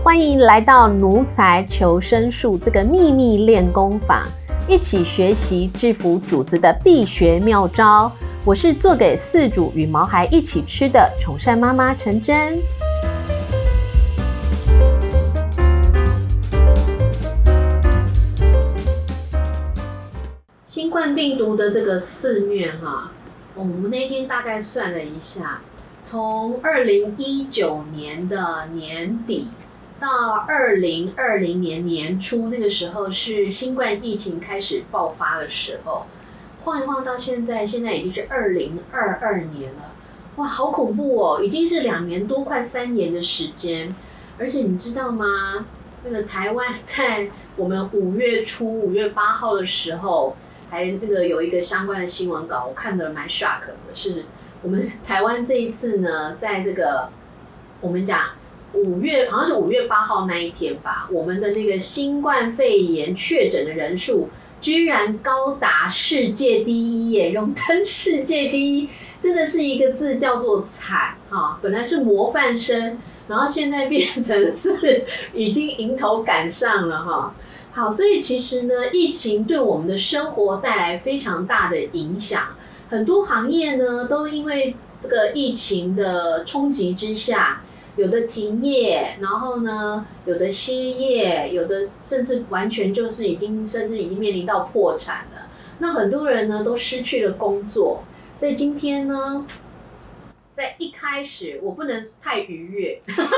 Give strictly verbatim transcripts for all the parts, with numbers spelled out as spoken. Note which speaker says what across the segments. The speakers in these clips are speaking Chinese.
Speaker 1: 欢迎来到奴才求生术这个秘密练功坊，一起学习制服主子的必学妙招。我是做给饲主与毛孩一起吃的宠善妈妈陈真。新冠病毒的这个肆虐哈，我们那天大概算了一下，从二零一九年的年底到二零二零年年初，那个时候是新冠疫情开始爆发的时候，晃一晃到现在，现在已经是二零二二年了，哇，好恐怖哦！已经是两年多，快三年的时间。而且你知道吗？那个台湾在我们五月初五月八号的时候，还这个有一个相关的新闻稿，我看得蛮 shock 的，是我们台湾这一次呢，在这个我们讲五月好像是五月八号那一天吧，我们的那个新冠肺炎确诊的人数居然高达世界第一耶，荣登世界第一，真的是一个字叫做惨哈！本来是模范生，然后现在变成是已经迎头赶上了哈。好，所以其实呢，疫情对我们的生活带来非常大的影响，很多行业呢都因为这个疫情的冲击之下，有的停业，然后呢，有的歇业，有的甚至完全就是已经甚至已经面临到破产了。那很多人呢都失去了工作，所以今天呢，在一开始我不能太愉悦。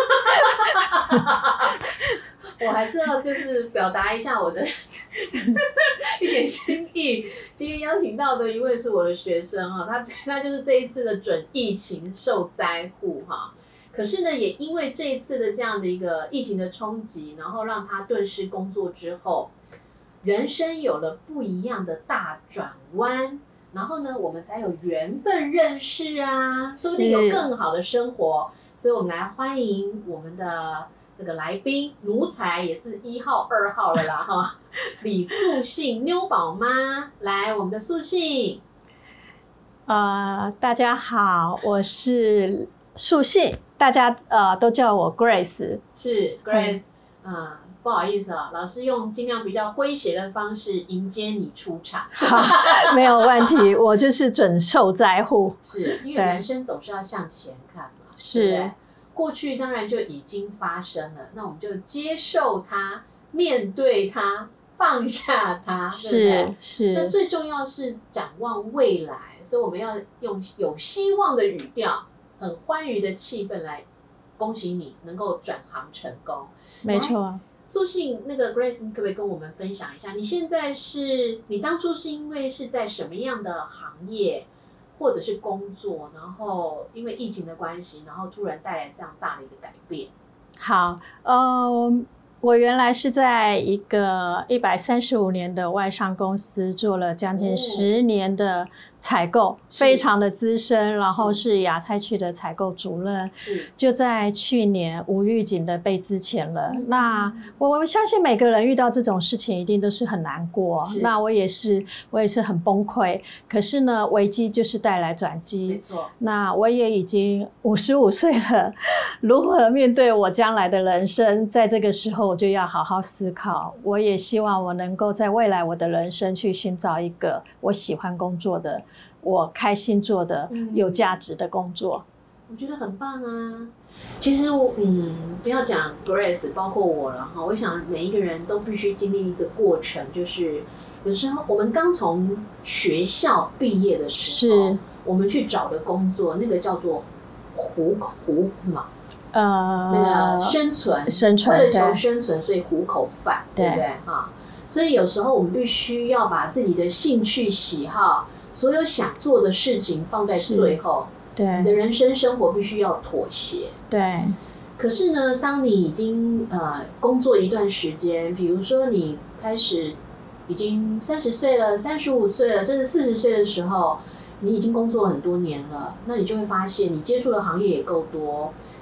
Speaker 1: 我还是要就是表达一下我的一点心意。今天邀请到的一位是我的学生哈，他他就是这一次的准疫情受灾户哈。可是呢，也因为这一次的这样的一个疫情的冲击，然后让他顿失工作之后，人生有了不一样的大转弯。然后呢，我们才有缘分认识啊，说不定有更好的生活。所以我们来欢迎我们的这个来宾，奴才也是一号、二号了啦哈，李素信妞宝妈，来，我们的素信。
Speaker 2: 呃，大家好，我是素信，大家呃都叫我 Grace。
Speaker 1: 是 Grace， 嗯。呃不好意思啊，老师用尽量比较诙谐的方式迎接你出场。
Speaker 2: 好，没有问题，我就是准受灾户。
Speaker 1: 是因为人生总是要向前看嘛，
Speaker 2: 是，
Speaker 1: 对不对？过去当然就已经发生了，那我们就接受它，面对它，放下它，对不对？
Speaker 2: 是是。
Speaker 1: 那最重要是展望未来，所以我们要用有希望的语调，很欢愉的气氛来恭喜你能够转行成功。
Speaker 2: 没错。
Speaker 1: 素信，那个 Grace， 你可不可以跟我们分享一下，你现在是你当初是因为是在什么样的行业或者是工作，然后因为疫情的关系，然后突然带来这样大的一个改变？
Speaker 2: 好，呃，我原来是在一个一百三十五年的外商公司做了将近十年的采购，哦、非常的资深，然后是亚太区的采购主任，就在去年无预警的被资遣了。嗯、那我我相信每个人遇到这种事情一定都是很难过，那我也是我也是很崩溃。可是呢，危机就是带来转机。
Speaker 1: 没错。
Speaker 2: 那我也已经五十五岁了，如何面对我将来的人生，在这个时候我就要好好思考。我也希望我能够在未来我的人生去寻找一个我喜欢工作的，我开心做的、有价值的工作。
Speaker 1: 嗯、我觉得很棒啊。其实我嗯，不要讲 Grace， 包括我了哈。我想每一个人都必须经历一个过程，就是有时候我们刚从学校毕业的时候，是我们去找的工作，那个叫做糊糊什么？呃，那个生存，
Speaker 2: 生存，
Speaker 1: 为了求生存，所以糊口饭，对不对哈？所以有时候我们必须要把自己的兴趣、喜好，所有想做的事情放在最后。对，你的人生生活必须要妥协。
Speaker 2: 对。
Speaker 1: 可是呢，当你已经呃工作一段时间，比如说你开始已经三十岁了、三十五岁了，甚至四十岁的时候，你已经工作很多年了，那你就会发现你接触的行业也够多。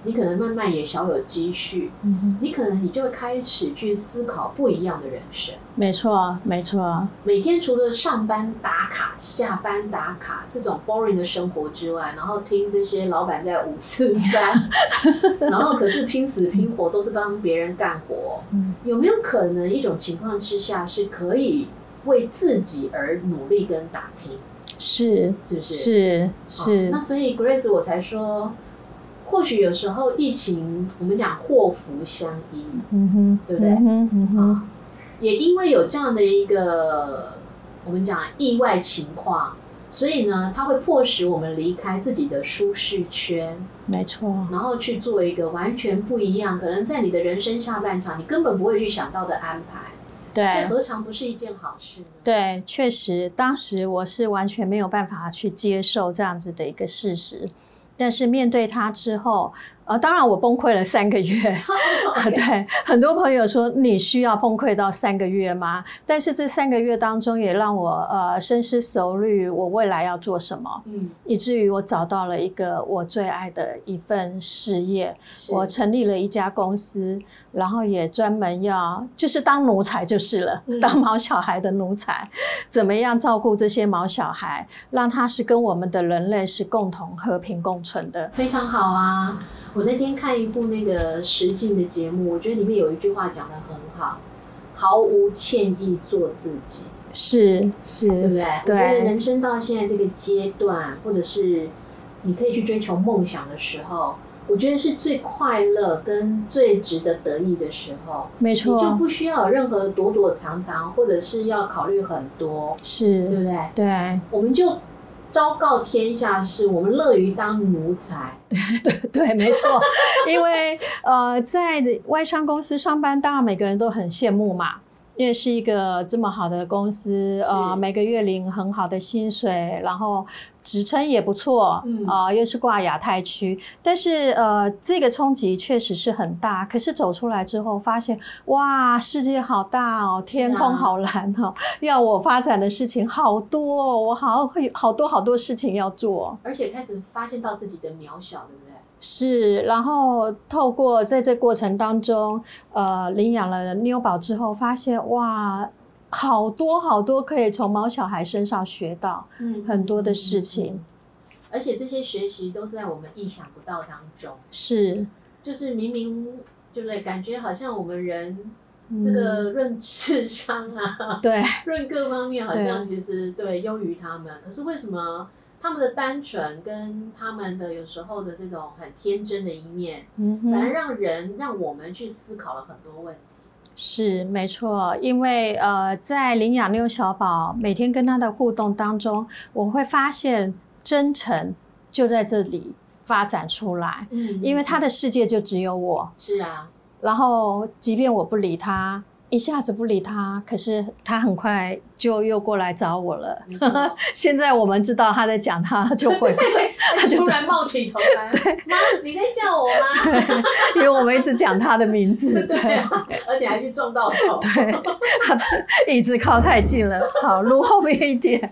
Speaker 1: 你可能慢慢也小有积蓄，嗯、你可能你就会开始去思考不一样的人生。
Speaker 2: 没错，没错。
Speaker 1: 每天除了上班打卡、下班打卡这种 boring 的生活之外，然后听这些老板在五四三，然后可是拼死拼活都是帮别人干活。嗯、有没有可能一种情况之下是可以为自己而努力跟打拼？
Speaker 2: 是，
Speaker 1: 是不是？
Speaker 2: 是是、
Speaker 1: 哦。那所以 Grace 我才说，或许有时候疫情我们讲祸福相依，嗯哼，对不对？嗯哼，嗯哼、哦。也因为有这样的一个我们讲意外情况，所以呢，它会迫使我们离开自己的舒适圈，
Speaker 2: 没错，
Speaker 1: 然后去做一个完全不一样，可能在你的人生下半场你根本不会去想到的安排。
Speaker 2: 对，
Speaker 1: 何尝不是一件好事呢？
Speaker 2: 对，确实，当时我是完全没有办法去接受这样子的一个事实，但是面对它之后，呃，当然我崩溃了三个月。
Speaker 1: okay.
Speaker 2: 对，很多朋友说你需要崩溃到三个月吗？但是这三个月当中也让我呃深思熟虑，我未来要做什么，嗯，以至于我找到了一个我最爱的一份事业，我成立了一家公司，然后也专门要就是当奴才就是了，嗯、当毛小孩的奴才，怎么样照顾这些毛小孩，让他是跟我们的人类是共同和平共存的，
Speaker 1: 非常好啊。我那天看一部那个实境的节目，我觉得里面有一句话讲得很好，毫无歉意做自己。
Speaker 2: 是是，
Speaker 1: 对不对？
Speaker 2: 对。
Speaker 1: 我觉得人生到现在这个阶段，或者是你可以去追求梦想的时候，我觉得是最快乐跟最值得得意的时候。
Speaker 2: 没错，
Speaker 1: 你就不需要有任何躲躲藏藏，或者是要考虑很多，
Speaker 2: 是，
Speaker 1: 对不对？
Speaker 2: 对，
Speaker 1: 我们就昭告天下，是我们乐于当奴才。
Speaker 2: 对对，没错。因为呃，在外商公司上班，当然每个人都很羡慕嘛，因为是一个这么好的公司，呃，每个月领很好的薪水，然后职称也不错，嗯，呃，又是挂亚太区。但是呃，这个冲击确实是很大。可是走出来之后，发现哇，世界好大哦，天空好蓝哦，要我发展的事情好多哦，我好会好多好多事情要做，
Speaker 1: 而且开始发现到自己的渺小，对不对？
Speaker 2: 是，然后透过在这过程当中，呃，领养了妞宝之后，发现哇，好多好多可以从毛小孩身上学到很多的事情，嗯嗯嗯嗯、
Speaker 1: 而且这些学习都是在我们意想不到当中。
Speaker 2: 是，
Speaker 1: 就是明明对不对？感觉好像我们人那个论智商啊，
Speaker 2: 对、嗯，
Speaker 1: 论各方面好像其实对优于他们，可是为什么？他们的单纯跟他们的有时候的这种很天真的一面，嗯，反而让人让我们去思考了很多问题。
Speaker 2: 是没错，因为呃，在领养妞小宝每天跟他的互动当中，我会发现真诚就在这里发展出来。嗯，因为他的世界就只有我。
Speaker 1: 是啊，
Speaker 2: 然后即便我不理他。一下子不理他，可是他很快就又过来找我了。现在我们知道他在讲他，就会
Speaker 1: 他就突然冒起头来。对，妈，你在叫我吗？
Speaker 2: 因为我们一直讲他的名字，
Speaker 1: 对，对啊，而且还去撞到头。
Speaker 2: 对，他椅子靠太近了，好，撸后面一点。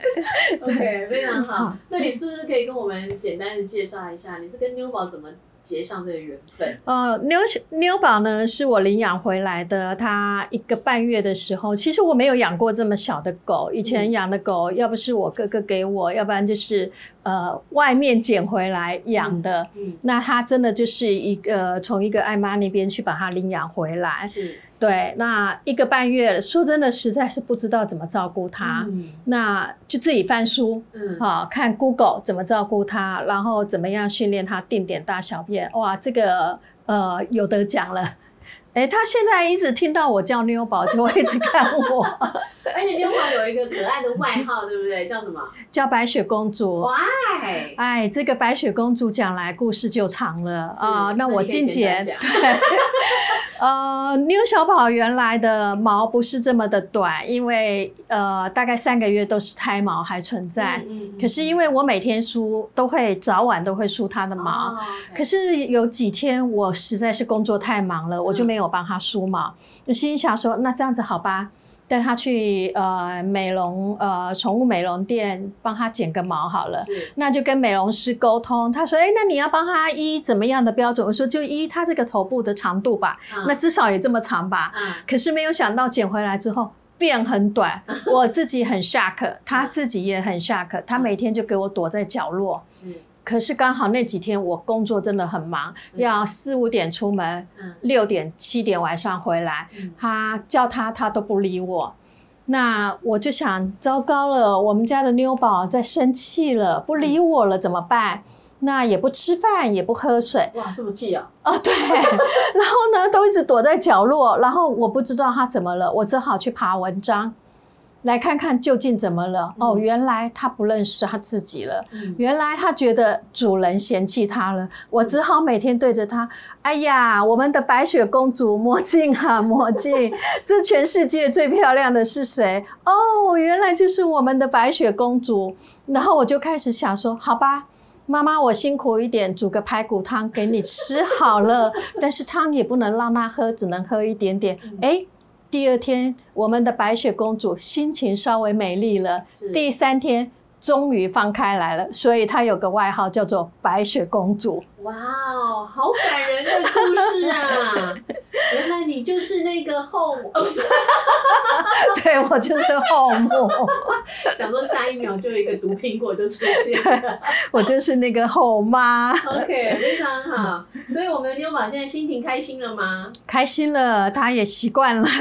Speaker 1: OK， 非常好。那你是不是可以跟我们简单的介绍一下，你是跟妞宝怎么结上这个缘分？
Speaker 2: 呃，妞妞宝呢是我领养回来的，它一个半月的时候，其实我没有养过这么小的狗，以前养的狗，嗯、要不是我哥哥给我，要不然就是呃外面捡回来养的。嗯嗯、那它真的就是一个从一个爱妈那边去把它领养回来。
Speaker 1: 是。
Speaker 2: 对，那一个半月，说真的，实在是不知道怎么照顾它，嗯、那就自己翻书，嗯，好、哦、看 Google 怎么照顾它，然后怎么样训练它定点大小便，哇，这个呃有得奖了。哎，他现在一直听到我叫妞宝，就会一直看我。
Speaker 1: 而且妞宝有一个可爱的外号，对不对？叫什么？
Speaker 2: 叫白雪公主。
Speaker 1: Why？
Speaker 2: 哎，这个白雪公主讲来故事就长了啊、呃。那我静姐，对，呃，妞小宝原来的毛不是这么的短，因为呃大概三个月都是胎毛还存在。嗯嗯嗯、可是因为我每天梳都会早晚都会梳它的毛，哦 okay、可是有几天我实在是工作太忙了，我就没有。我帮他梳毛，我心想说，那这样子好吧， 带他去呃美容呃宠物美容店帮他剪个毛好了，那就跟美容师沟通，他说哎，那你要帮他依怎么样的标准？我说就依他这个头部的长度吧，嗯、那至少也这么长吧。嗯、可是没有想到剪回来之后变很短，我自己很 shock， 他自己也很 shock， 他每天就给我躲在角落。嗯可是刚好那几天我工作真的很忙，要四五点出门，六点七点晚上回来，他叫他他都不理我，那我就想糟糕了，我们家的妞宝在生气了，不理我了怎么办？那也不吃饭也不喝水，
Speaker 1: 哇，这么气啊！
Speaker 2: 哦，对，然后呢都一直躲在角落，然后我不知道他怎么了，我只好去爬文章。来看看究竟怎么了、嗯、哦，原来他不认识他自己了、嗯、原来他觉得主人嫌弃他了、嗯、我只好每天对着他，哎呀，我们的白雪公主魔镜啊魔镜，这全世界最漂亮的是谁？哦，原来就是我们的白雪公主。然后我就开始想说，好吧，妈妈我辛苦一点煮个排骨汤给你吃好了，但是汤也不能让他喝，只能喝一点点。哎、嗯第二天，我们的白雪公主心情稍微美丽了。第三天，终于放开来了，所以她有个外号叫做白雪公主。
Speaker 1: 哇哦，好感人的故事啊！原来你就是那个后母，哦、不是
Speaker 2: 对，我就是后母。
Speaker 1: 想说下一秒就有一个毒苹果就出现了，
Speaker 2: 我就是那个后妈。
Speaker 1: OK， 非常好。所以我们的妞宝现在心情开心了吗？
Speaker 2: 开心了，她也习惯了。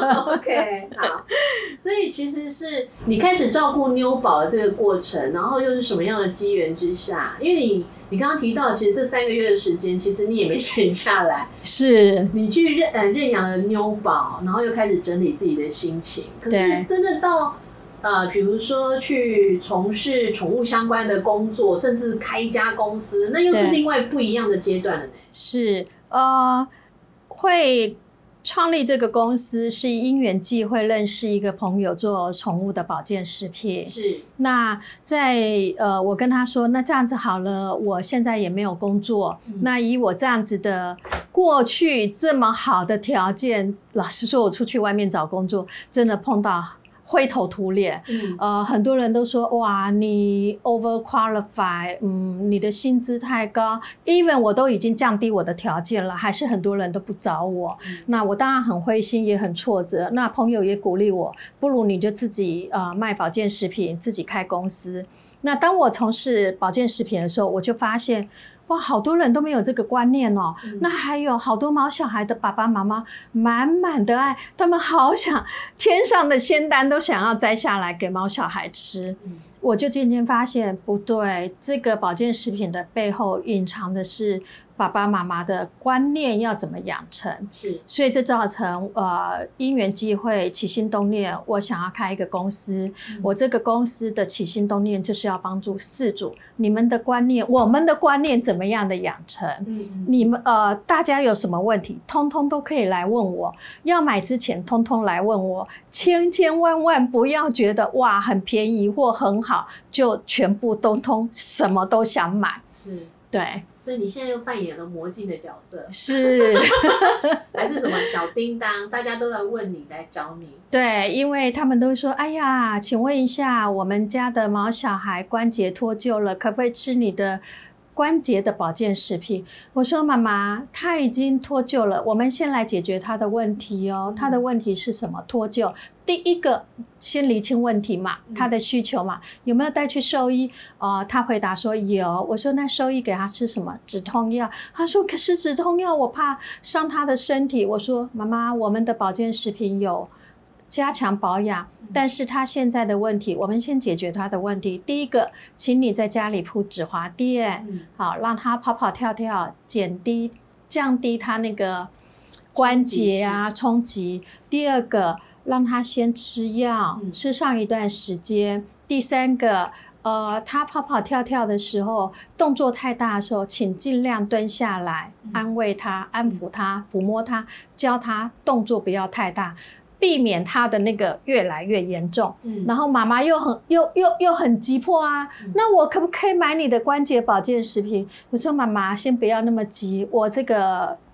Speaker 1: OK， 好。所以其实是你开始照顾妞宝的这个过程，然后又是什么样的机缘之下？因为你你刚刚提到，其实这三个月的时间，其实你也没闲下来，
Speaker 2: 是
Speaker 1: 你去认呃认养了妞宝，然后又开始整理自己的心情。可是真的到呃，比如说去从事宠物相关的工作，甚至开一家公司，那又是另外不一样的阶段了呢。
Speaker 2: 是呃，会创立这个公司是因缘际会认识一个朋友做宠物的保健食品。
Speaker 1: 是。
Speaker 2: 那在呃，我跟他说，那这样子好了，我现在也没有工作，嗯、那以我这样子的过去这么好的条件，老实说，我出去外面找工作，真的碰到灰头土脸，嗯、呃，很多人都说哇，你 over qualify， 嗯，你的薪资太高 ，even 我都已经降低我的条件了，还是很多人都不找我。嗯、那我当然很灰心，也很挫折。那朋友也鼓励我，不如你就自己呃卖保健食品，自己开公司。那当我从事保健食品的时候，我就发现。哇，好多人都没有这个观念哦。嗯、那还有好多毛小孩的爸爸妈妈，满满的爱，他们好想天上的仙丹都想要摘下来给毛小孩吃。嗯、我就渐渐发现不对，这个保健食品的背后隐藏的是爸爸妈妈的观念要怎么养成。
Speaker 1: 是，
Speaker 2: 所以这造成呃因缘际会起心动念，我想要开一个公司。嗯、我这个公司的起心动念就是要帮助饲主，你们的观念，我们的观念怎么样的养成？嗯、你们呃大家有什么问题，通通都可以来问我。要买之前，通通来问我，千千万万不要觉得哇很便宜或很好，就全部通通什么都想买。
Speaker 1: 是。
Speaker 2: 对，
Speaker 1: 所以你现在又扮演了魔镜的角色，
Speaker 2: 是
Speaker 1: 还是什么小叮当？大家都来问你，来找你。
Speaker 2: 对，因为他们都会说：“哎呀，请问一下，我们家的毛小孩关节脱臼了，可不可以吃你的关节的保健食品？”我说：“妈妈，他已经脱臼了，我们先来解决他的问题哦。他的问题是什么？脱臼。第一个先厘清问题嘛，他的需求嘛，有没有带去兽医？呃，他回答说有。我说那兽医给他吃什么？止痛药。他说可是止痛药我怕伤他的身体。我说妈妈，我们的保健食品有加强保养，但是他现在的问题，我们先解决他的问题。第一个，请你在家里铺止滑垫，嗯、好让他跑跑跳跳，减低降低他那个关节啊冲击。第二个。让他先吃药，嗯、吃上一段时间。第三个，呃，他跑跑跳跳的时候，动作太大的时候，请尽量蹲下来，嗯、安慰他、安抚他、抚摸他，教他动作不要太大，避免他的那个越来越严重。嗯、然后妈妈又很又又又很急迫啊，嗯、那我可不可以买你的关节保健食品？我说妈妈，先不要那么急，我这个。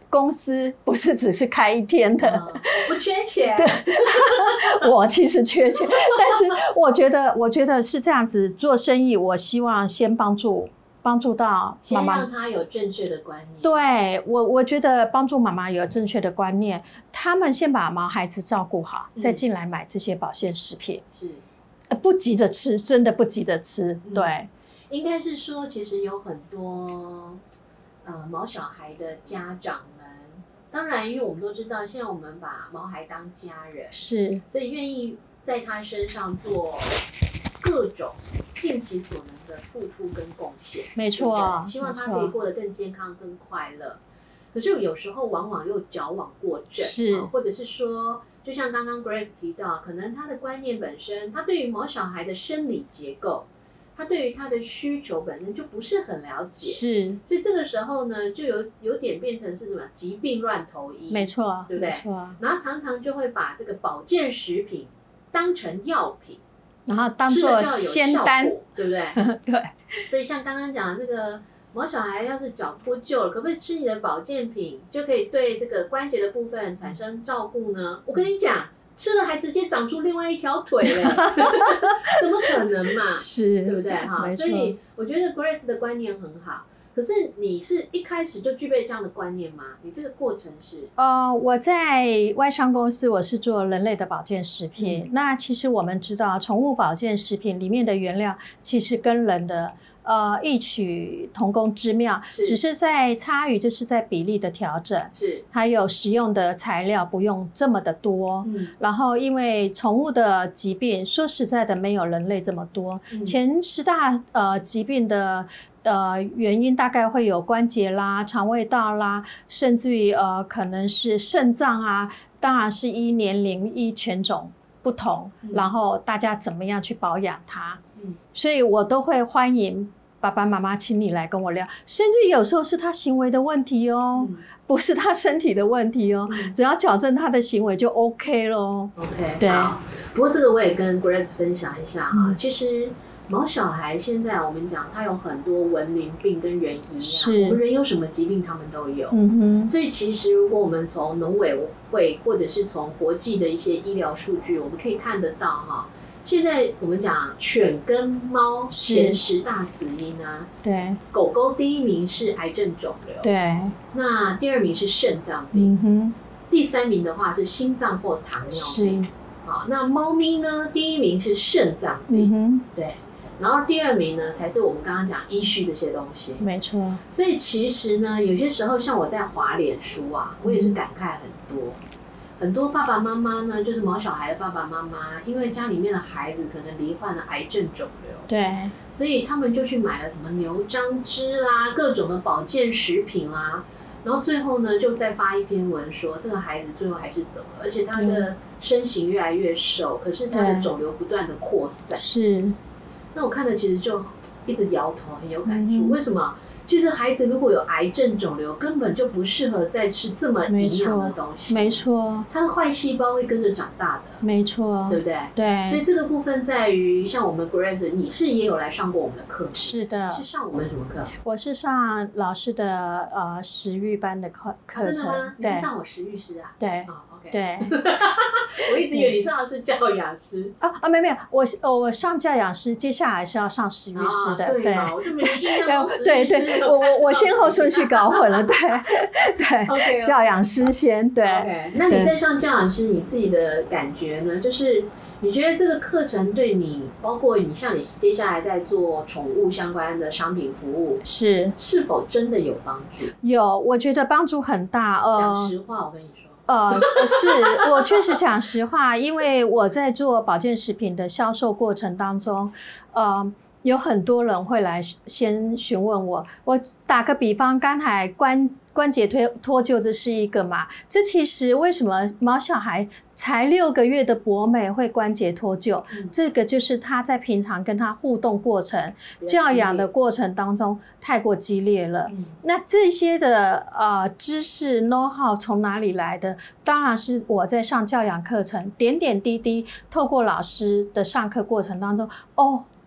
Speaker 2: 公司不是只是开一天的，
Speaker 1: 嗯、不缺钱。
Speaker 2: 对，我其实缺钱，但是我觉得，我觉得是这样子做生意，我希望先帮助帮助到妈妈，
Speaker 1: 先让他有正确的观念。
Speaker 2: 对我，我觉得帮助妈妈有正确的观念，他们先把毛孩子照顾好，嗯、再进来买这些保健食品。
Speaker 1: 是，
Speaker 2: 不急着吃，真的不急着吃。嗯、对，
Speaker 1: 应该是说，其实有很多呃毛小孩的家长们，当然，因为我们都知道，现在我们把毛孩当家人，
Speaker 2: 是，
Speaker 1: 所以愿意在他身上做各种尽其所能的付出跟贡献。
Speaker 2: 没错，
Speaker 1: 希望他可以过得更健康、更快乐。可是有时候往往又矫枉过正，
Speaker 2: 是、
Speaker 1: 啊，或者是说，就像刚刚 Grace 提到，可能他的观念本身，他对于毛小孩的生理结构，他对于他的需求本身就不是很了解，
Speaker 2: 是，
Speaker 1: 所以这个时候呢，就有有点变成是什么疾病乱投医，
Speaker 2: 没错，
Speaker 1: 对不对？
Speaker 2: 没错。
Speaker 1: 然后常常就会把这个保健食品当成药品，
Speaker 2: 然后当做仙丹，
Speaker 1: 对不对？
Speaker 2: 对。
Speaker 1: 所以像刚刚讲的那个毛小孩，要是脚脱臼了，可不可以吃你的保健品，就可以对这个关节的部分产生照顾呢？我跟你讲。吃了还直接长出另外一条腿嘞，怎么可能嘛？
Speaker 2: 是，
Speaker 1: 对不对哈？所以我觉得 Grace 的观念很好。可是你是一开始就具备这样的观念吗？你这个过程是？
Speaker 2: 呃，我在外商公司，我是做人类的保健食品。嗯、那其实我们知道，宠物保健食品里面的原料其实跟人的。呃，异曲同工之妙，只是在差异就是在比例的调整，
Speaker 1: 是
Speaker 2: 还有使用的材料不用这么的多。嗯，然后因为宠物的疾病，说实在的，没有人类这么多。嗯、前十大呃疾病的呃原因大概会有关节啦、肠胃道啦，甚至于呃可能是肾脏啊，当然是依年龄、依犬种不同，嗯、然后大家怎么样去保养它。嗯、所以我都会欢迎爸爸妈妈请你来跟我聊，甚至有时候是他行为的问题哦，嗯、不是他身体的问题哦，嗯、只要矫正他的行为就 OK 咯。
Speaker 1: OK，
Speaker 2: 对。
Speaker 1: 不过这个我也跟 Grace 分享一下哈，嗯、其实毛小孩现在我们讲他有很多文明病跟人一样，我们人有什么疾病他们都有。嗯哼。所以其实如果我们从农委会或者是从国际的一些医疗数据，我们可以看得到哈。现在我们讲犬跟猫前十大死因啊，
Speaker 2: 对，
Speaker 1: 狗狗第一名是癌症肿瘤，
Speaker 2: 对，
Speaker 1: 那第二名是肾脏病，
Speaker 2: 嗯哼，
Speaker 1: 第三名的话是心脏或糖尿病，好，那猫咪呢，第一名是肾脏病，嗯哼，对，然后第二名呢才是我们刚刚讲医序这些东西，
Speaker 2: 没错。
Speaker 1: 所以其实呢，有些时候像我在滑脸书啊，我也是感慨很多。很多爸爸妈妈呢，就是毛小孩的爸爸妈妈，因为家里面的孩子可能罹患了癌症肿瘤，
Speaker 2: 对，
Speaker 1: 所以他们就去买了什么牛樟芝啦，各种的保健食品啦，然后最后呢，就再发一篇文说，这个孩子最后还是走了，而且他的身形越来越瘦，可是他的肿瘤不断的扩散。是，那我看了其实就一直摇头，很有感触。嗯、为什么？其实孩子如果有癌症肿瘤，根本就不适合再吃这么营养的东西。
Speaker 2: 没错，
Speaker 1: 他的坏细胞会跟着长大的。
Speaker 2: 没错，
Speaker 1: 对不对？
Speaker 2: 对。
Speaker 1: 所以这个部分在于，像我们 Grace， 你是也有来上过我们的课？
Speaker 2: 是的。
Speaker 1: 是上我们什么课？
Speaker 2: 我是上老师的呃食育班的课课程。
Speaker 1: 啊、真的吗？你是上我食育师啊？
Speaker 2: 对。
Speaker 1: 哦 okay、
Speaker 2: 对。
Speaker 1: 我一直以为你上的是教养师。
Speaker 2: 啊啊，没有没有，我我上教养师，接下来是要上食育师的。
Speaker 1: 啊、对。
Speaker 2: 对，
Speaker 1: 我就没印象。
Speaker 2: 对对，我我我先后顺序搞混了，对对。
Speaker 1: okay, okay.
Speaker 2: 教养师先对。
Speaker 1: OK， 那你在上教养师，你自己的感觉呢？就是你觉得这个课程对你，包括你像你接下来在做宠物相关的商品服务，
Speaker 2: 是
Speaker 1: 是否真的有帮助？
Speaker 2: 有，我觉得帮助很大。呃，
Speaker 1: 讲实话，我跟你说。
Speaker 2: 呃，是我确实讲实话，因为我在做保健食品的销售过程当中，呃，有很多人会来先询问我。我打个比方，刚才关关节脱脱臼这是一个嘛？这其实为什么毛小孩才六个月的博美会关节脱臼？嗯、这个就是他在平常跟他互动过程、教养的过程当中太过激烈了。嗯、那这些的呃知识 know how 从哪里来的？当然是我在上教养课程，点点滴滴透过老师的上课过程当中，哦。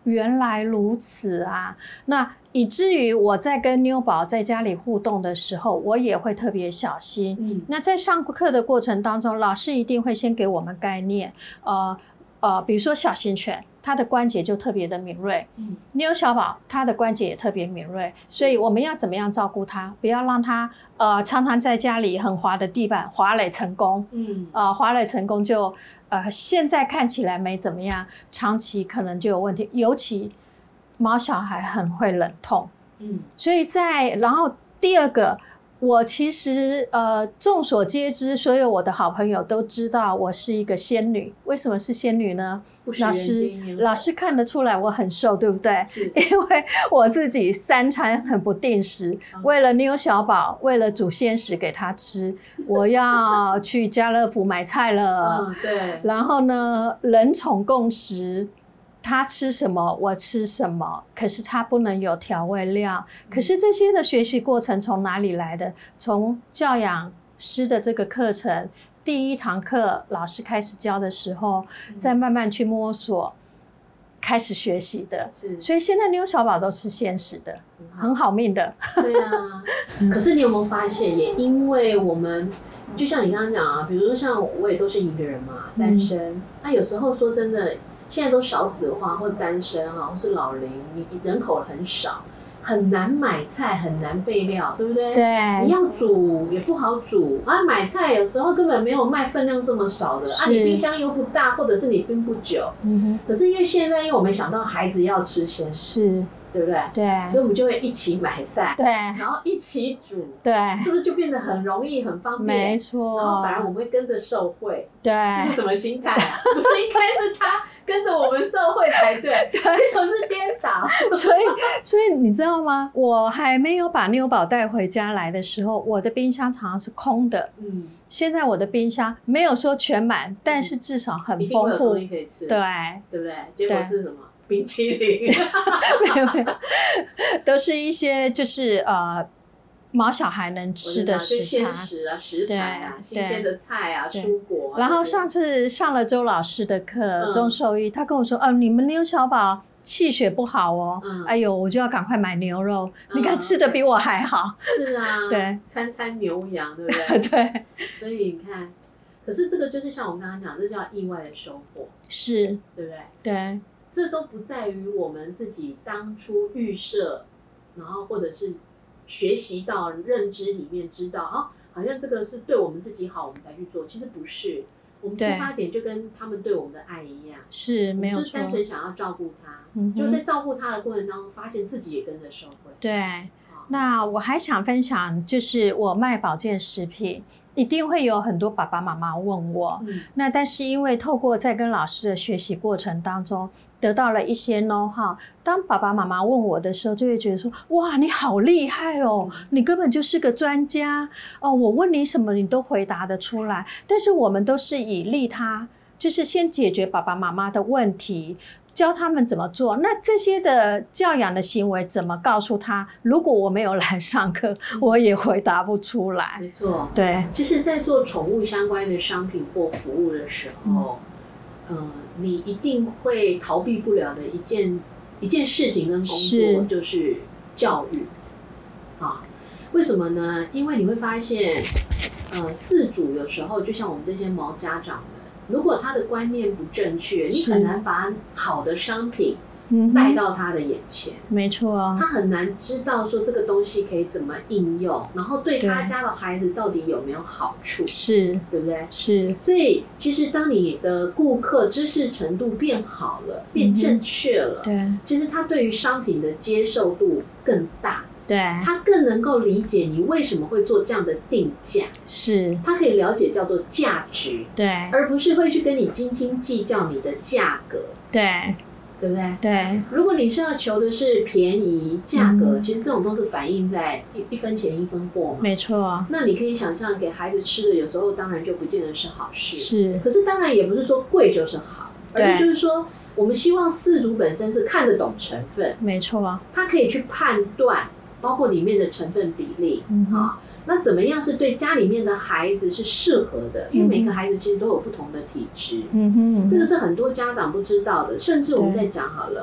Speaker 2: 原来如此啊！那以至于我在跟妞宝在家里互动的时候，我也会特别小心。嗯，那在上课的过程当中，老师一定会先给我们概念，呃呃，比如说小型犬，它的关节就特别的敏锐，嗯，妞小宝它的关节也特别敏锐，所以我们要怎么样照顾它？不要让它呃常常在家里很滑的地板滑垒成功，嗯，呃滑垒成功就呃现在看起来没怎么样，长期可能就有问题，尤其毛小孩很会忍痛，嗯，所以在然后第二个。我其实呃，众所皆知，所有我的好朋友都知道我是一个仙女。为什么是仙女呢？老师老师看得出来我很瘦，对不对？是，因为我自己三餐很不定时，嗯、为了妞小宝，为了煮鲜食给他吃，我要去家乐福买菜了。嗯，对。然后呢，人宠共识。他吃什么我吃什么，可是他不能有调味料。可是这些的学习过程从哪里来的？从教养师的这个课程，第一堂课老师开始教的时候，再慢慢去摸索，开始学习的。是，所以现在妞小宝都吃鲜食的，很好命的。
Speaker 1: 对啊，可是你有没有发现，也因为我们。就像你刚刚讲啊，比如说像我也都是一个人嘛，单身。那、嗯、有时候说真的。现在都少子化或单身啊，或是老龄，你人口很少，很难买菜，很难备料，对不对？对。你要煮也不好煮啊，买菜有时候根本没有卖分量这么少的啊，你冰箱又不大，或者是你冰不久。嗯哼。可是因为现在，因为我们想到孩子要吃鲜食，对不对？对。所以我们就会一起买菜，对，然后一起煮，对，是不是就变得很容易、很方便？没错。然后反而我们会跟着受惠，对，这是什么心态啊？不是应该是他。跟着我们社会才对，结果是颠倒。
Speaker 2: 所以，所以你知道吗？我还没有把妞宝带回家来的时候，我的冰箱常常是空的。嗯，现在我的冰箱没有说全满，但是至少很丰富，
Speaker 1: 一定会有东西可以吃。
Speaker 2: 对，
Speaker 1: 对不对？结果是什么？冰淇淋。
Speaker 2: 没有没有，都是一些就是呃。毛小孩能吃的食材，
Speaker 1: 食啊、食材啊、新鲜的菜啊、蔬果、啊。
Speaker 2: 然后上次上了周老师的课，中兽医，他跟我说：“哦，你们妞小宝气血不好哦。嗯”哎呦，我就要赶快买牛肉。嗯、你看吃的比我还好。
Speaker 1: 是啊，对，餐餐牛羊，对不对？
Speaker 2: 对。
Speaker 1: 所以你看，可是这个就是像我刚刚讲，这叫意外的收获，
Speaker 2: 是，
Speaker 1: 对不对？
Speaker 2: 对。
Speaker 1: 这都不在于我们自己当初预设，然后或者是。学习到认知里面知道啊，好像这个是对我们自己好，我们才去做。其实不是，我们出发点就跟他们对我们的爱一样，
Speaker 2: 是没有错，
Speaker 1: 就是单纯想要照顾他，嗯、就在照顾他的过程当中，发现自己也跟着受惠。
Speaker 2: 对，那我还想分享，就是我卖保健食品，一定会有很多爸爸妈妈问我，嗯、那但是因为透过在跟老师的学习过程当中。得到了一些 know how， 当爸爸妈妈问我的时候，就会觉得说：哇，你好厉害哦，你根本就是个专家哦！我问你什么，你都回答得出来。但是我们都是以利他，就是先解决爸爸妈妈的问题，教他们怎么做。那这些的教养的行为怎么告诉他？如果我没有来上课，我也回答不出来。
Speaker 1: 没错，
Speaker 2: 对。
Speaker 1: 其实，在做宠物相关的商品或服务的时候，嗯。呃你一定会逃避不了的一件一件事情跟工作，就是教育啊。为什么呢？因为你会发现，呃，饲主有时候就像我们这些毛家长们，如果他的观念不正确，你很难把好的商品带到他的眼前。
Speaker 2: 嗯、没错，
Speaker 1: 他很难知道说这个东西可以怎么应用，然后对他家的孩子到底有没有好处，
Speaker 2: 是，
Speaker 1: 对不对？
Speaker 2: 是。
Speaker 1: 所以其实当你的顾客知识程度变好了，变正确了，
Speaker 2: 嗯、对，
Speaker 1: 其实他对于商品的接受度更大。
Speaker 2: 对，
Speaker 1: 他更能够理解你为什么会做这样的定价，
Speaker 2: 是，
Speaker 1: 他可以了解叫做价值，
Speaker 2: 对，
Speaker 1: 而不是会去跟你斤斤计较你的价格，
Speaker 2: 对。
Speaker 1: 对不对？
Speaker 2: 对，
Speaker 1: 如果你是要求的是便宜价格，嗯、其实这种都是反映在一一分钱一分货嘛。
Speaker 2: 没错。
Speaker 1: 那你可以想象，给孩子吃的有时候当然就不见得是好事。
Speaker 2: 是。
Speaker 1: 可是当然也不是说贵就是好，而是就是说，我们希望饲主本身是看得懂成分。
Speaker 2: 没错。
Speaker 1: 他可以去判断，包括里面的成分比例，嗯啊。那怎么样是对家里面的孩子是适合的？因为每个孩子其实都有不同的体质，嗯哼，这个是很多家长不知道的。甚至我们在讲好了，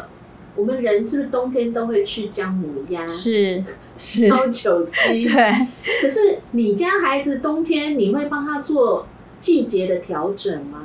Speaker 1: 我们人是不是冬天都会去姜母鸭？
Speaker 2: 是是
Speaker 1: 烧酒鸡。
Speaker 2: 对。
Speaker 1: 可是你家孩子冬天你会帮他做季节的调整吗？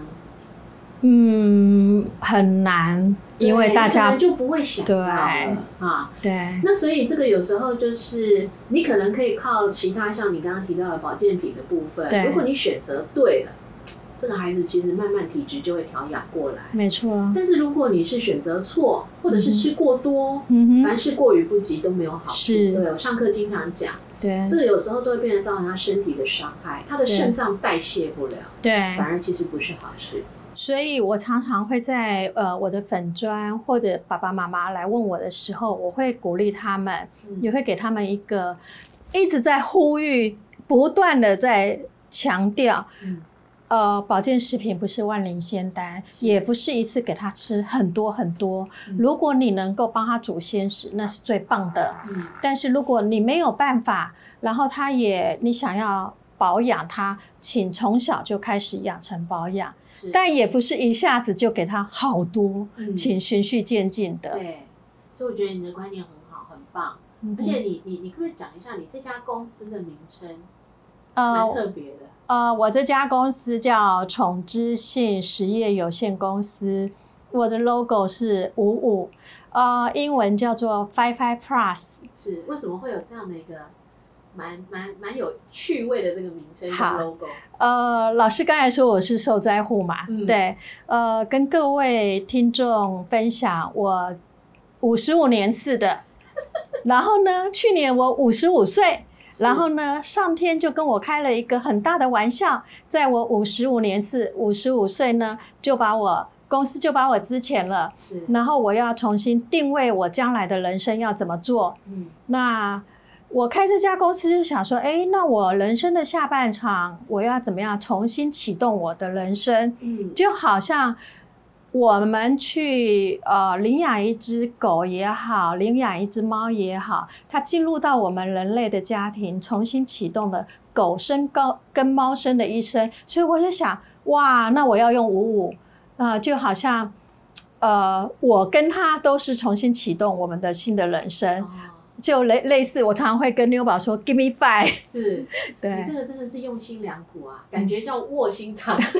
Speaker 2: 嗯，很难，因为大家
Speaker 1: 就不会想到了啊。
Speaker 2: 对。
Speaker 1: 那所以这个有时候就是你可能可以靠其他像你刚刚提到的保健品的部分，如果你选择对了，这个孩子其实慢慢体质就会调养过来。
Speaker 2: 没错。
Speaker 1: 但是如果你是选择错，或者是吃过多，
Speaker 2: 嗯、
Speaker 1: 凡事过于不及都没有好处。
Speaker 2: 是。
Speaker 1: 对，我上课经常讲。
Speaker 2: 对，
Speaker 1: 这个有时候都会变成造成他身体的伤害，他的肾脏代谢不了，
Speaker 2: 对，
Speaker 1: 反而其实不是好事。
Speaker 2: 所以我常常会在呃我的粉专或者爸爸妈妈来问我的时候，我会鼓励他们，嗯、也会给他们一个一直在呼吁，不断的在强调，嗯、呃，保健食品不是万灵仙丹，也不是一次给他吃很多很多。嗯、如果你能够帮他煮鲜食，那是最棒的。嗯、但是如果你没有办法，然后他也你想要保养他，请从小就开始养成保养，但也不是一下子就给他好多，嗯、请循序渐进的。
Speaker 1: 对，所以我觉得你的观念很好，很棒。嗯、而且你你你可不可以讲一下你这家公司的名称？蛮特别的。
Speaker 2: 呃，我这家公司叫宠之信实业有限公司，我的 logo 是五五，呃，英文叫做 Five Five Plus。
Speaker 1: 是，为什么会有这样的一个蛮蛮蛮有趣味的这个名称跟 logo？
Speaker 2: 呃，老师刚才说我是受灾户嘛，嗯、对，呃，跟各位听众分享，我五十五年次的，然后呢，去年我五十五岁。然后呢，上天就跟我开了一个很大的玩笑，在我五十五年次五十五岁呢，就把我公司就把我资遣了，然后我要重新定位我将来的人生要怎么做。嗯，那我开这家公司就想说，哎，那我人生的下半场我要怎么样重新启动我的人生？嗯，就好像我们去呃领养一只狗也好，领养一只猫也好，它进入到我们人类的家庭，重新启动了狗生高跟猫生的一生。所以我就想，哇，那我要用五五，呃，就好像呃我跟它都是重新启动我们的新的人生。哦，就类类似，我常常会跟妞宝说 "Give me five"，
Speaker 1: 是，
Speaker 2: 对，
Speaker 1: 你这个真的是用心良苦啊，感觉叫卧薪尝胆。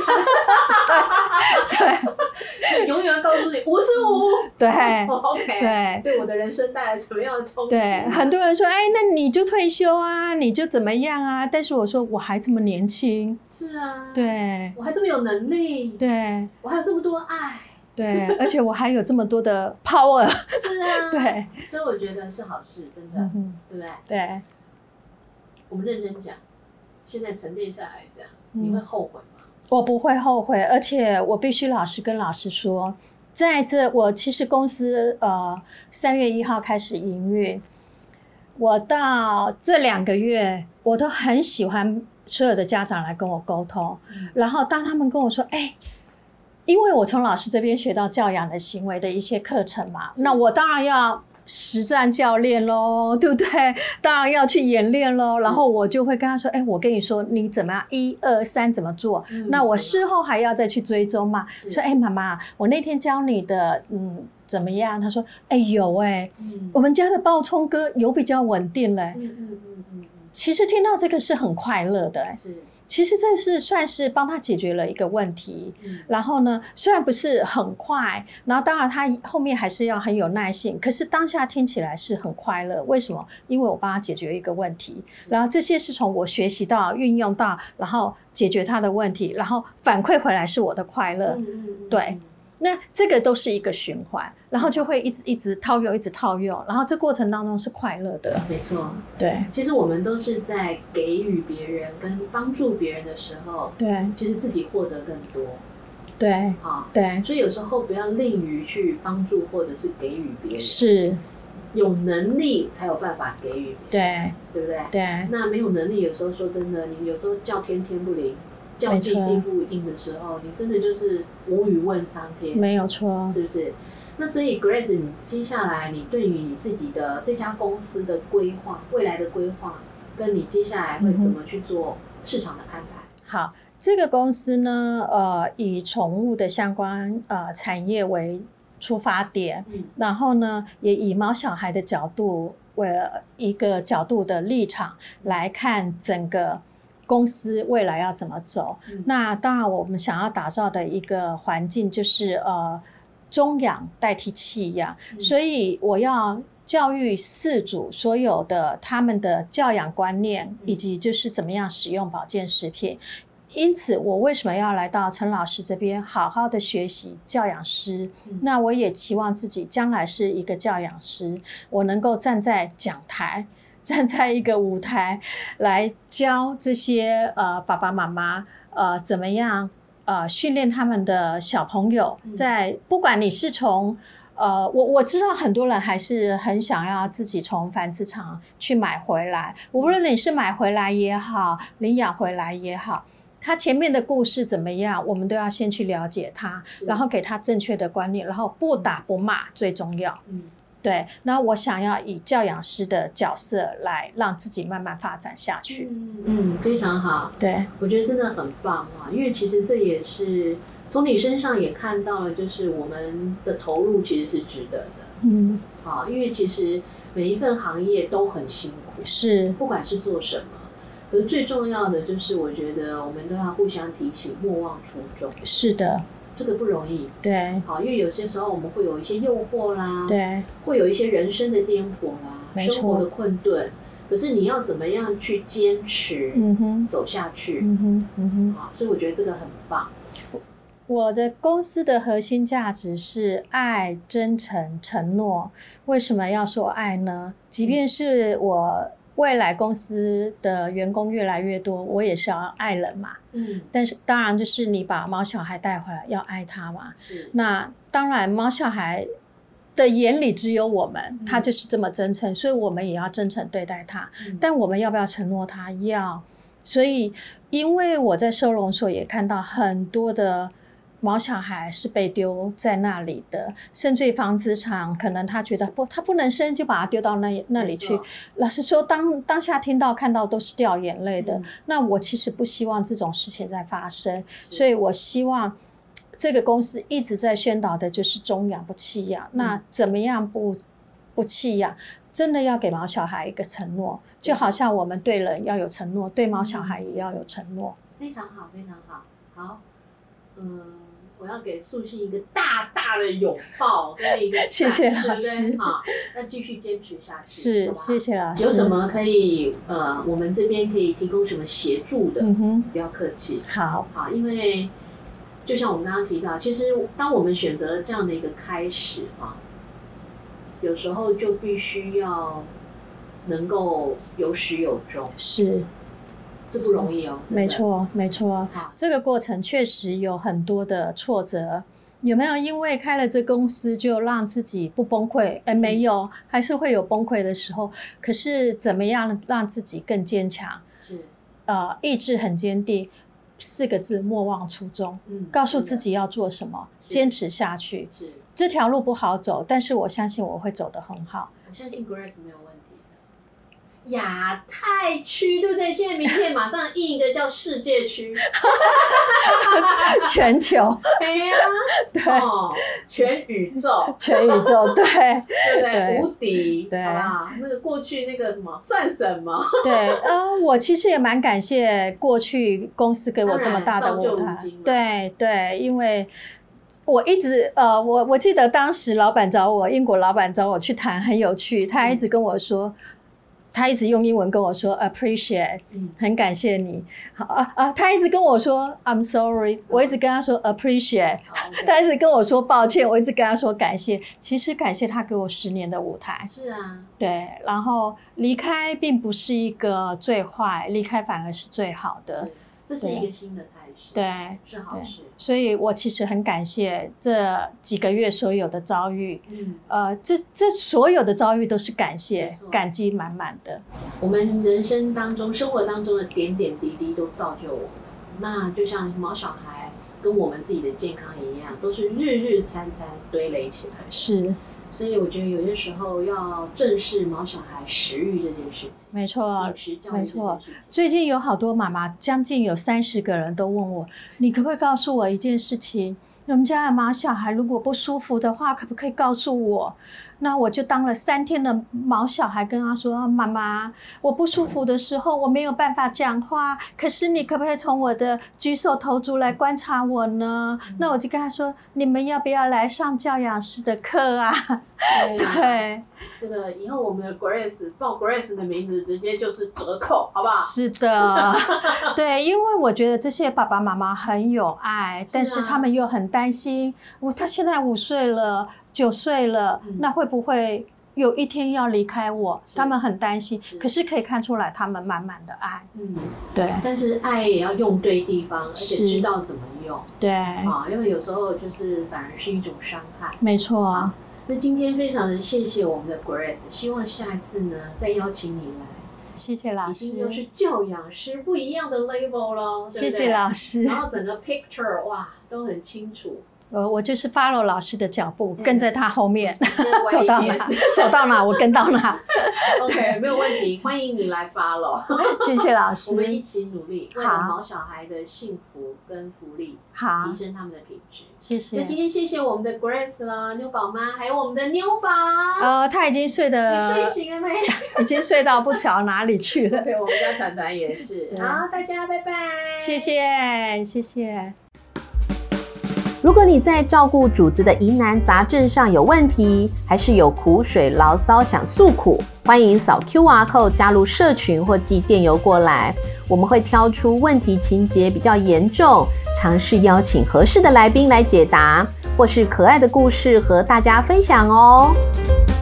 Speaker 2: 对，
Speaker 1: 永远告诉你五十五，
Speaker 2: 对
Speaker 1: ，OK， 对，对我的人生带来什么样的冲击？
Speaker 2: 对，很多人说，哎，那你就退休啊，你就怎么样啊？但是我说，我还这么年轻，
Speaker 1: 是啊，
Speaker 2: 对，
Speaker 1: 我还这么有能力，
Speaker 2: 对，
Speaker 1: 我还有这么多爱。
Speaker 2: 对，而且我还有这么多的 power。
Speaker 1: 是啊，
Speaker 2: 对，
Speaker 1: 所以我觉得是好事，真的，嗯、对不对？
Speaker 2: 对。
Speaker 1: 我们认真讲，现在沉淀下来讲，你会后悔吗？
Speaker 2: 我不会后悔，而且我必须老实跟老师说，在这我其实公司呃三月一号开始营运，我到这两个月，我都很喜欢所有的家长来跟我沟通，嗯、然后当他们跟我说，哎。因为我从老师这边学到教养的行为的一些课程嘛，那我当然要实战教练咯，对不对？当然要去演练咯，然后我就会跟他说，哎，我跟你说你怎么样一二三怎么做，嗯、那我事后还要再去追踪嘛，说哎妈妈，我那天教你的嗯怎么样？他说哎有哎，嗯、我们家的爆冲哥有比较稳定嘞，嗯嗯嗯嗯嗯，其实听到这个是很快乐的，是。其实这是算是帮他解决了一个问题，嗯、然后呢，虽然不是很快，然后当然他后面还是要很有耐性，可是当下听起来是很快乐。为什么？因为我帮他解决一个问题，然后这些是从我学习到、运用到，然后解决他的问题，然后反馈回来是我的快乐，嗯嗯嗯对。那这个都是一个循环，然后就会一直一直套用，一直套用，然后这过程当中是快乐的。
Speaker 1: 没错，
Speaker 2: 对。
Speaker 1: 其实我们都是在给予别人跟帮助别人的时候，
Speaker 2: 对，
Speaker 1: 其实自己获得更多。
Speaker 2: 对，
Speaker 1: 好，
Speaker 2: 对。
Speaker 1: 所以有时候不要吝于去帮助或者是给予别人，
Speaker 2: 是
Speaker 1: 有能力才有办法给予别人，对，对不对？
Speaker 2: 对。
Speaker 1: 那没有能力，有时候说真的，你有时候叫天天不灵。叫地地不应的时候，你真的就是无语问苍天，
Speaker 2: 没有错，
Speaker 1: 是不是？那所以 Grace， 你接下来你对于你自己的这家公司的规划，未来的规划，跟你接下来会怎么去做市场的安排？嗯、
Speaker 2: 好，这个公司呢，呃，以宠物的相关呃产业为出发点，
Speaker 1: 嗯，
Speaker 2: 然后呢，也以毛小孩的角度为一个角度的立场来看整个公司未来要怎么走。
Speaker 1: 嗯，
Speaker 2: 那当然，我们想要打造的一个环境就是呃，中养代替弃养，
Speaker 1: 嗯，
Speaker 2: 所以我要教育饲主所有的他们的教养观念，
Speaker 1: 嗯，
Speaker 2: 以及就是怎么样使用保健食品。因此，我为什么要来到陈老师这边好好的学习教养师？
Speaker 1: 嗯，
Speaker 2: 那我也期望自己将来是一个教养师，我能够站在讲台，站在一个舞台来教这些呃爸爸妈妈呃怎么样呃训练他们的小朋友，在不管你是从呃，我我知道很多人还是很想要自己从繁殖场去买回来，无论你是买回来也好，领养回来也好。他前面的故事怎么样，我们都要先去了解他，然后给他正确的观念，然后不打不骂最重要。
Speaker 1: 嗯，
Speaker 2: 对。那我想要以教养师的角色来让自己慢慢发展下去。
Speaker 1: 嗯嗯，非常好。
Speaker 2: 对，
Speaker 1: 我觉得真的很棒啊，因为其实这也是从你身上也看到了，就是我们的投入其实是值得的。
Speaker 2: 嗯，
Speaker 1: 啊，因为其实每一份行业都很辛苦，
Speaker 2: 是，
Speaker 1: 不管是做什么。可是最重要的就是，我觉得我们都要互相提醒，莫忘初衷。
Speaker 2: 是的，
Speaker 1: 这个不容易。
Speaker 2: 对，
Speaker 1: 好，因为有些时候我们会有一些诱惑啦，
Speaker 2: 对，
Speaker 1: 会有一些人生的颠簸啦，
Speaker 2: 没错，
Speaker 1: 生活的困顿。可是你要怎么样去坚持，
Speaker 2: 嗯哼，
Speaker 1: 走下去，
Speaker 2: 嗯哼，嗯哼，
Speaker 1: 好，所以我觉得这个很棒。
Speaker 2: 我的公司的核心价值是爱、真诚、承诺。为什么要说爱呢？即便是我未来公司的员工越来越多，我也是要爱人嘛。
Speaker 1: 嗯，
Speaker 2: 但是当然就是你把毛小孩带回来，要爱他嘛。
Speaker 1: 是。
Speaker 2: 那当然，毛小孩的眼里只有我们，
Speaker 1: 嗯，
Speaker 2: 他就是这么真诚，所以我们也要真诚对待他。
Speaker 1: 嗯，但
Speaker 2: 我们要不要承诺他？要。所以，因为我在收容所也看到很多的毛小孩是被丢在那里的，甚至于纺织厂可能他觉得不，他不能生，就把他丢到那那里去。老实说，当当下听到看到都是掉眼泪的。嗯，那我其实不希望这种事情在发生，所以我希望这个公司一直在宣导的就是中养不弃养。嗯，那怎么样不不弃养？真的要给毛小孩一个承诺，就好像我们对人要有承诺，对毛小孩也要有承诺。
Speaker 1: 非常好，非常好，好，嗯。我要给素馨一个大大的拥抱跟一个赞，
Speaker 2: 谢谢老师，
Speaker 1: 对不对？好，那继续坚持下去，
Speaker 2: 是，谢谢老师。
Speaker 1: 有什么可以呃，我们这边可以提供什么协助的？
Speaker 2: 嗯哼，
Speaker 1: 不要客气。
Speaker 2: 好，
Speaker 1: 好，因为就像我们刚刚提到，其实当我们选择了这样的一个开始啊，有时候就必须要能够有始有终。
Speaker 2: 是。
Speaker 1: 这不容易哦，
Speaker 2: 没错，没错。这个过程确实有很多的挫折。有没有因为开了这公司就让自己不崩溃？哎，没有，还是会有崩溃的时候。可是怎么样让自己更坚强？
Speaker 1: 是，
Speaker 2: 呃，意志很坚定。四个字：莫忘初衷。嗯，告诉自己要做什么，坚持下去。是，这条路不好走，但是我相信我会走得很好。
Speaker 1: 我相信 Grace 没有问题。亚太区对不对？现在名片马上印一个叫世界区，
Speaker 2: 全球，
Speaker 1: 对呀，对，哦，全宇宙，
Speaker 2: 全宇宙，对，
Speaker 1: 对不对？无敌，
Speaker 2: 对，
Speaker 1: 好吧？那个过去那个什么算什么？
Speaker 2: 对，呃，我其实也蛮感谢过去公司给我这么大的舞台，对对，因为。我一直呃，我我记得当时老板找我，英国老板找我去谈，很有趣。他一直跟我说，嗯、他一直用英文跟我說 appreciate，、嗯、很感謝你。好啊啊，他一直跟我說 I'm sorry，、嗯、我一直跟他說 appreciate，、嗯、他一直跟我說抱歉，我一直跟他說感謝。其實感謝他給我十年的舞台。
Speaker 1: 是啊，
Speaker 2: 對，然後離開並不是一個最壞，離開反而是最好的。
Speaker 1: 這是一個新的開始，
Speaker 2: 對，
Speaker 1: 是好事。
Speaker 2: 所以我其實很感謝這幾個月所有的遭遇，嗯，呃，這這所有的遭遇都是感謝，感激滿滿的。
Speaker 1: 我們人生當中、生活當中的點點滴滴都造就我們。那就像毛小孩跟我們自己的健康一樣，都是日日餐餐堆壘起來。
Speaker 2: 是。
Speaker 1: 所以我覺得有些時候要正視毛小孩食慾這件事情。
Speaker 2: 沒錯，
Speaker 1: 飲食教育這件事情。沒錯，
Speaker 2: 最近有好多媽媽，將近有三十個人都問我，你可不可以告訴我一件事情？ 你们家的毛小孩如果不舒服的话，可不可以告诉我？那我就当了三天的毛小孩，跟他说：妈妈，我不舒服的时候我没有办法讲话，可是你可不可以从我的举手投足来观察我呢？嗯、那我就跟他说：你们要不要来上教养师的课啊？对，对
Speaker 1: 这个以后我们的 Grace 报 Grace 的名字直接就是折扣，好不好？
Speaker 2: 是的，对，因为我觉得这些爸爸妈妈很有爱，但是他们又很担心，我他现在五岁了。九岁了、嗯，那会不会有一天要离开我？他们很担心，可是可以看出来他们满满的爱。嗯，对。但
Speaker 1: 是爱也要用对地方，而且知道怎么用。
Speaker 2: 对。
Speaker 1: 啊，因为有时候就是反而是一种伤害。
Speaker 2: 没错。啊，
Speaker 1: 那今天非常的谢谢我们的 Grace， 希望下一次呢再邀请你来。
Speaker 2: 谢谢老师。
Speaker 1: 已经又是教养师不一样的 level 咯，对不对？
Speaker 2: 谢谢老师。
Speaker 1: 然后整个 picture 哇都很清楚。
Speaker 2: 我我就是 follow 老师的脚步，跟在他后面，走到哪走到哪，我跟到哪。
Speaker 1: OK， 没有问题，欢迎你来 follow。
Speaker 2: 谢谢老师，
Speaker 1: 我们一起努力，为了毛小孩的幸福跟福利，好，提升他们的品质。
Speaker 2: 谢谢。
Speaker 1: 那今天谢谢我们的 Grace 了，妞宝妈，还有我们的妞宝。
Speaker 2: 呃，他已经睡的，
Speaker 1: 你睡醒了没？
Speaker 2: 已经睡到不晓哪里去了。
Speaker 1: 对，我们家团团也是。好，大家拜拜。
Speaker 2: 谢谢，谢谢。
Speaker 3: 如果你在照顾主子的疑难杂症上有问题，还是有苦水牢骚想诉苦，欢迎扫 Q R code 加入社群或寄电邮过来，我们会挑出问题情节比较严重，尝试邀请合适的来宾来解答，或是可爱的故事和大家分享哦。